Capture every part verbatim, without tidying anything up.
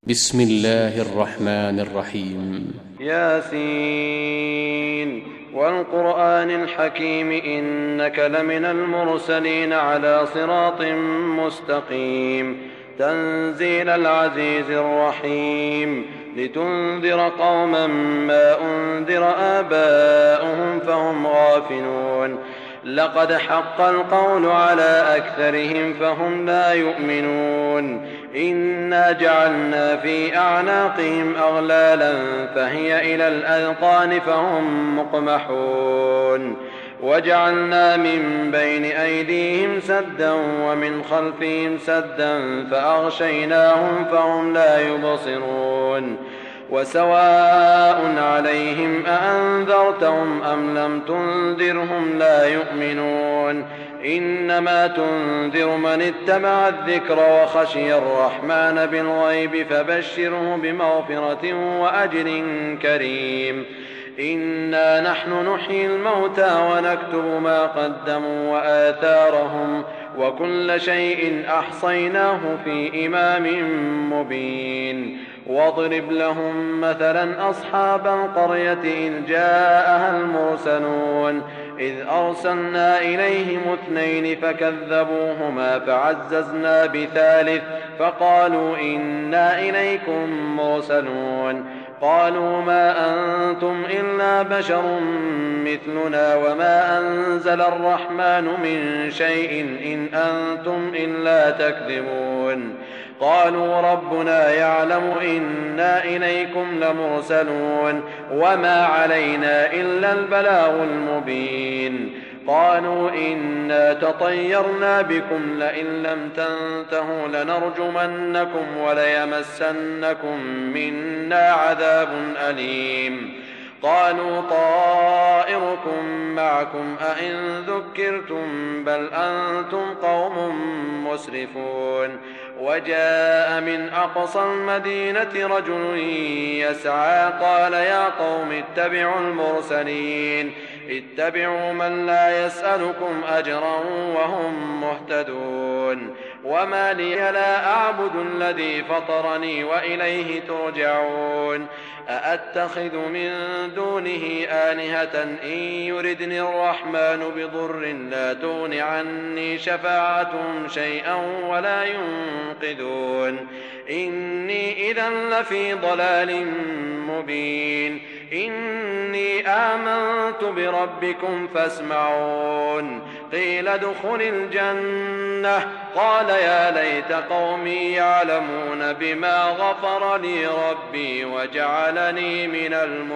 بسم الله الرحمن الرحيم. ياسين والقرآن الحكيم إنك لمن المرسلين على صراط مستقيم تنزيل العزيز الرحيم لتنذر قوما ما أنذر آباؤهم فهم غافلون لقد حق القول على أكثرهم فهم لا يؤمنون إنا جعلنا في أعناقهم أغلالا فهي إلى الأذقان فهم مقمحون وجعلنا من بين أيديهم سدا ومن خلفهم سدا فأغشيناهم فهم لا يبصرون وسواء عليهم أأنذرتهم أم لم تنذرهم لا يؤمنون إنما تنذر من اتبع الذكر وخشي الرحمن بالغيب فبشره بمغفرة وأجر كريم إنا نحن نحيي الموتى ونكتب ما قدموا وآثارهم وكل شيء أحصيناه في إمام مبين واضرب لهم مثلا أصحاب القرية إذ جاءها المرسلون إذ أرسلنا إليهم اثنين فكذبوهما فعززنا بثالث فقالوا إنا إليكم مرسلون قالوا ما أنتم إلا بشر مثلنا وما أنزل الرحمن من شيء إن أنتم إلا تكذبون قالوا ربنا يعلم إنا إليكم لمرسلون وما علينا إلا البلاغ المبين قالوا إنا تطيرنا بكم لئن لم تنتهوا لنرجمنكم وليمسنكم منا عذاب أليم قالوا طائركم معكم أئن ذكرتم بل أنتم قوم مسرفون وجاء من أقصى المدينة رجل يسعى قال يا قوم اتبعوا المرسلين اتبعوا من لا يسألكم أجرا وهم مهتدون وما لي لا أعبد الذي فطرني وإليه ترجعون أأتخذ من دونه آلهة إن يردني الرحمن بضر لا تغن عني شفاعتهم شيئا ولا ينقذون إني إذا لفي ضلال مبين إني آمنت بربكم فاسمعون قيل ادخل الجنة قال يا ليت قومي يعلمون بما غفر لي ربي وجعلني من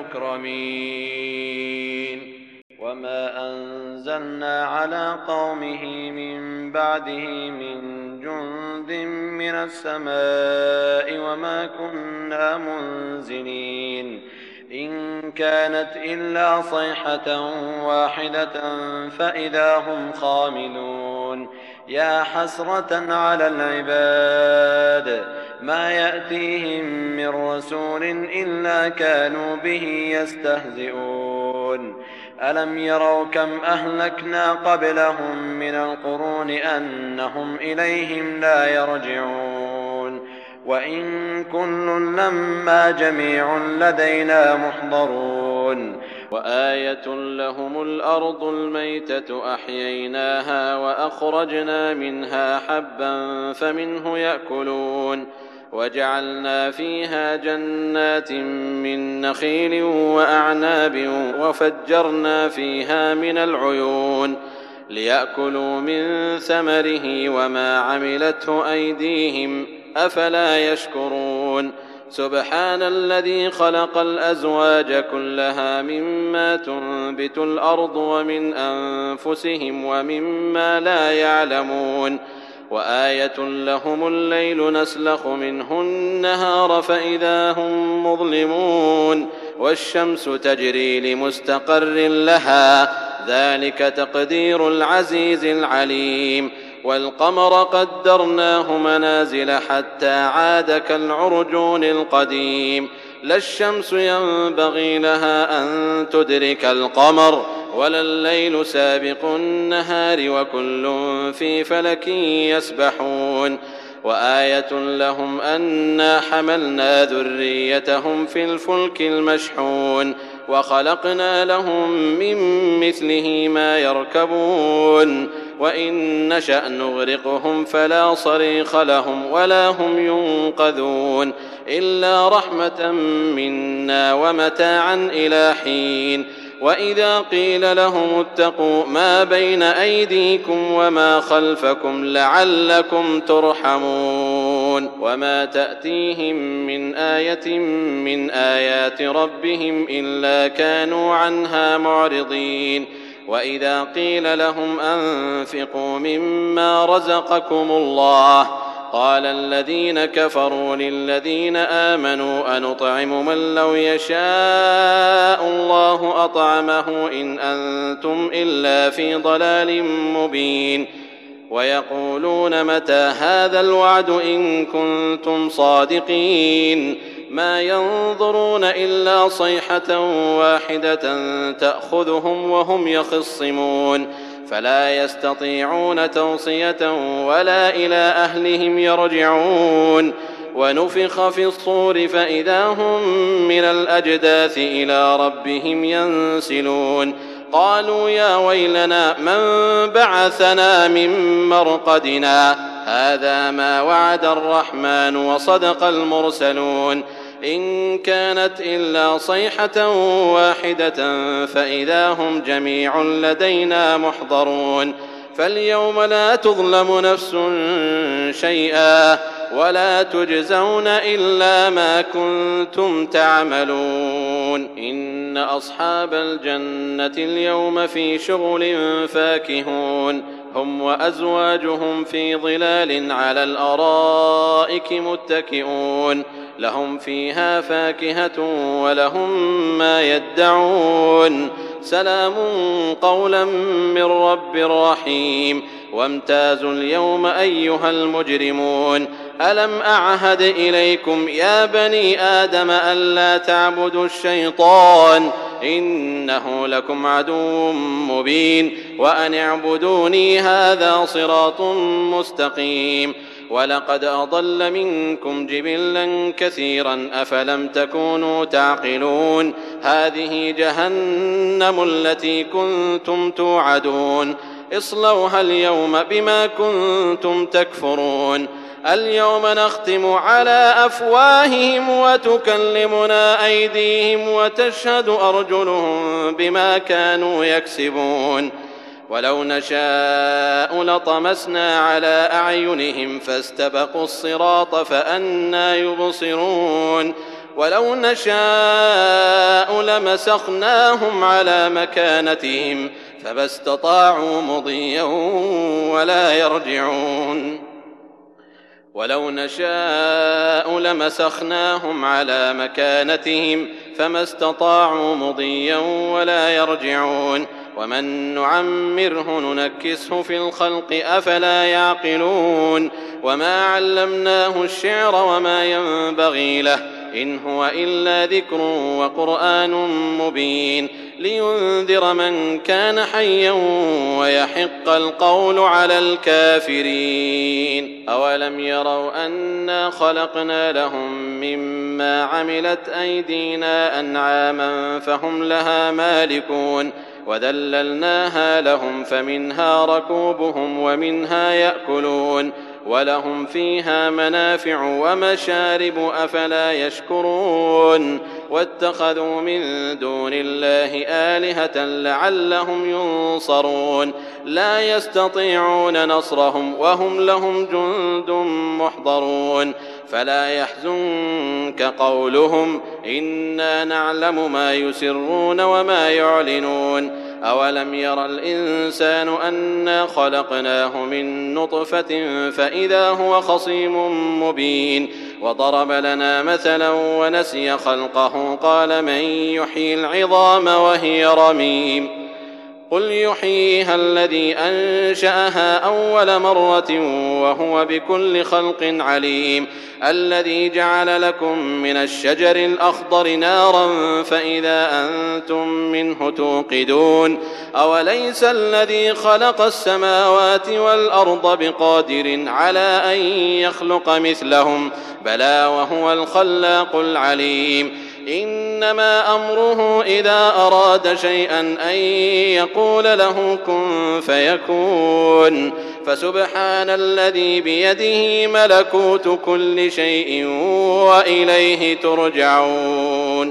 المكرمين وما أنزلنا على قومه من بعده من جند من السماء وما كنا منزلين إن كانت إلا صيحة واحدة فإذا هم خامدون يا حسرة على العباد ما يأتيهم من رسول إلا كانوا به يستهزئون ألم يروا كم أهلكنا قبلهم من القرون أنهم إليهم لا يرجعون وإن كل لما جميع لدينا محضرون وآية لهم الأرض الميتة أحييناها وأخرجنا منها حبا فمنه يأكلون وجعلنا فيها جنات من نخيل وأعناب وفجرنا فيها من العيون ليأكلوا من ثمره وما عملته أيديهم أفلا يشكرون سبحان الذي خلق الأزواج كلها مما تنبت الأرض ومن أنفسهم ومما لا يعلمون وآية لهم الليل نسلخ منه النهار فإذا هم مظلمون والشمس تجري لمستقر لها ذلك تقدير العزيز العليم والقمر قدرناه منازل حتى عاد كالعرجون القديم لا الشمس ينبغي لها أن تدرك القمر ولا الليل سابق النهار وكل في فلك يسبحون وآية لهم أنا حملنا ذريتهم في الفلك المشحون وخلقنا لهم من مثله ما يركبون وإن نشأ نغرقهم فلا صريخ لهم ولا هم ينقذون إلا رحمة منا ومتاعا إلى حين. وإذا قيل لهم اتقوا ما بين أيديكم وما خلفكم لعلكم ترحمون وما تأتيهم من آية من آيات ربهم إلا كانوا عنها معرضين. وإذا قيل لهم أنفقوا مما رزقكم الله قال الذين كفروا للذين آمنوا أنطعم من لو يشاء الله أطعمه إن أنتم إلا في ضلال مبين. ويقولون متى هذا الوعد إن كنتم صادقين ما ينظرون إلا صيحة واحدة تأخذهم وهم يخصمون فلا يستطيعون توصية ولا إلى أهلهم يرجعون. ونفخ في الصور فإذا هم من الأجداث إلى ربهم ينسلون قالوا يا ويلنا من بعثنا من مرقدنا هذا ما وعد الرحمن وصدق المرسلون إن كانت إلا صيحة واحدة فإذا هم جميع لدينا محضرون. فاليوم لا تظلم نفس شيئا ولا تجزون إلا ما كنتم تعملون. إن أصحاب الجنة اليوم في شغل فاكهون هم وأزواجهم في ظلال على الأرائك متكئون لهم فيها فاكهة ولهم ما يدعون سلام قولا من رب رحيم. وامتازوا اليوم أيها المجرمون ألم أعهد إليكم يا بني آدم ألا تعبدوا الشيطان إنه لكم عدو مبين وأن اعبدوني هذا صراط مستقيم. ولقد أضل منكم جبلا كثيرا أفلم تكونوا تعقلون هذه جهنم التي كنتم توعدون اصلوها اليوم بما كنتم تكفرون. اليوم نختم على أفواههم وتكلمنا أيديهم وتشهد أرجلهم بما كانوا يكسبون. ولو نشاء لطمسنا على أعينهم فاستبقوا الصراط فأنى يبصرون. ولو نشاء لمسخناهم على مكانتهم فما استطاعوا مضيا ولا يرجعون. ولو نشاء لمسخناهم على مكانتهم فما استطاعوا مضيا ولا يرجعون. ومن نعمره ننكسه في الخلق أفلا يعقلون. وما علمناه الشعر وما ينبغي له إن هو إلا ذكر وقرآن مبين لينذر من كان حيا ويحق القول على الكافرين. أولم يروا أنا خلقنا لهم مما عملت أيدينا أنعاما فهم لها مالكون وذللناها لهم فمنها ركوبهم ومنها يأكلون ولهم فيها منافع ومشارب أفلا يشكرون. واتخذوا من دون الله آلهة لعلهم ينصرون لا يستطيعون نصرهم وهم لهم جند محضرون. فلا يحزنك قولهم إنا نعلم ما يسرون وما يعلنون. أولم ير الإنسان أنا خلقناه من نطفة فإذا هو خصيم مبين. وضرب لنا مثلا ونسي خلقه قال من يحيي العظام وهي رميم قل يحييها الذي أنشأها أول مرة وهو بكل خلق عليم الذي جعل لكم من الشجر الأخضر نارا فإذا أنتم منه توقدون أوليس الذي خلق السماوات والأرض بقادر على أن يخلق مثلهم بلى وهو الخلاق العليم إنما أمره إذا أراد شيئا أن يقول له كن فيكون فسبحان الذي بيده ملكوت كل شيء وإليه ترجعون